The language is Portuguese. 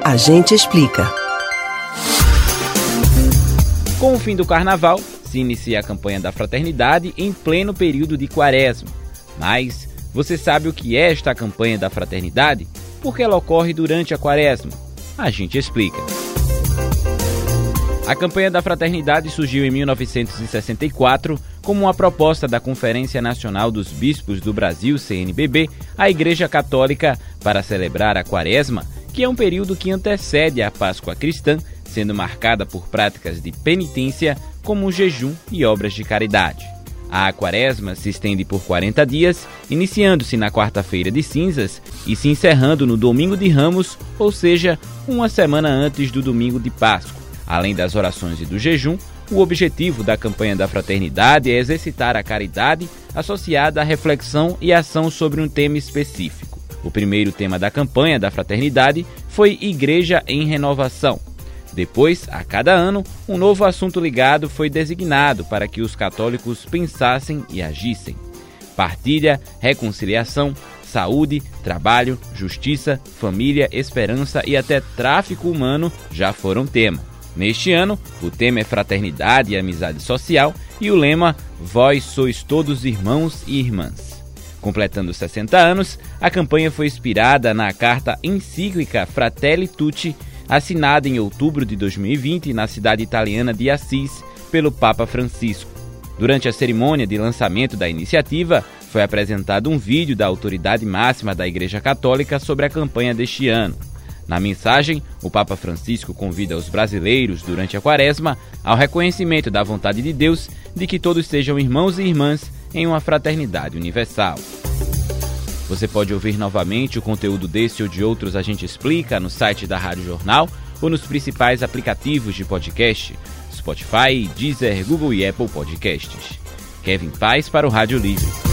A gente explica. Com o fim do carnaval, se inicia a campanha da fraternidade em pleno período de quaresma. Mas você sabe o que é esta campanha da fraternidade? Por que ela ocorre durante a quaresma? A gente explica. A campanha da fraternidade surgiu em 1964 como uma proposta da Conferência Nacional dos Bispos do Brasil, CNBB, à Igreja Católica para celebrar a quaresma, que é um período que antecede a Páscoa cristã, sendo marcada por práticas de penitência, como o jejum e obras de caridade. A quaresma se estende por 40 dias, iniciando-se na quarta-feira de cinzas e se encerrando no domingo de Ramos, ou seja, uma semana antes do domingo de Páscoa. Além das orações e do jejum, o objetivo da campanha da fraternidade é exercitar a caridade associada à reflexão e ação sobre um tema específico. O primeiro tema da campanha da fraternidade foi Igreja em Renovação. Depois, a cada ano, um novo assunto ligado foi designado para que os católicos pensassem e agissem. Partilha, reconciliação, saúde, trabalho, justiça, família, esperança e até tráfico humano já foram tema. Neste ano, o tema é Fraternidade e Amizade Social e o lema Vós sois todos irmãos e irmãs. Completando 60 anos, a campanha foi inspirada na carta encíclica Fratelli Tutti, assinada em outubro de 2020 na cidade italiana de Assis pelo Papa Francisco. Durante a cerimônia de lançamento da iniciativa, foi apresentado um vídeo da autoridade máxima da Igreja Católica sobre a campanha deste ano. Na mensagem, o Papa Francisco convida os brasileiros, durante a quaresma, ao reconhecimento da vontade de Deus de que todos sejam irmãos e irmãs em uma fraternidade universal. Você pode ouvir novamente o conteúdo desse ou de outros A Gente Explica no site da Rádio Jornal ou nos principais aplicativos de podcast, Spotify, Deezer, Google e Apple Podcasts. Kevin Paz para o Rádio Livre.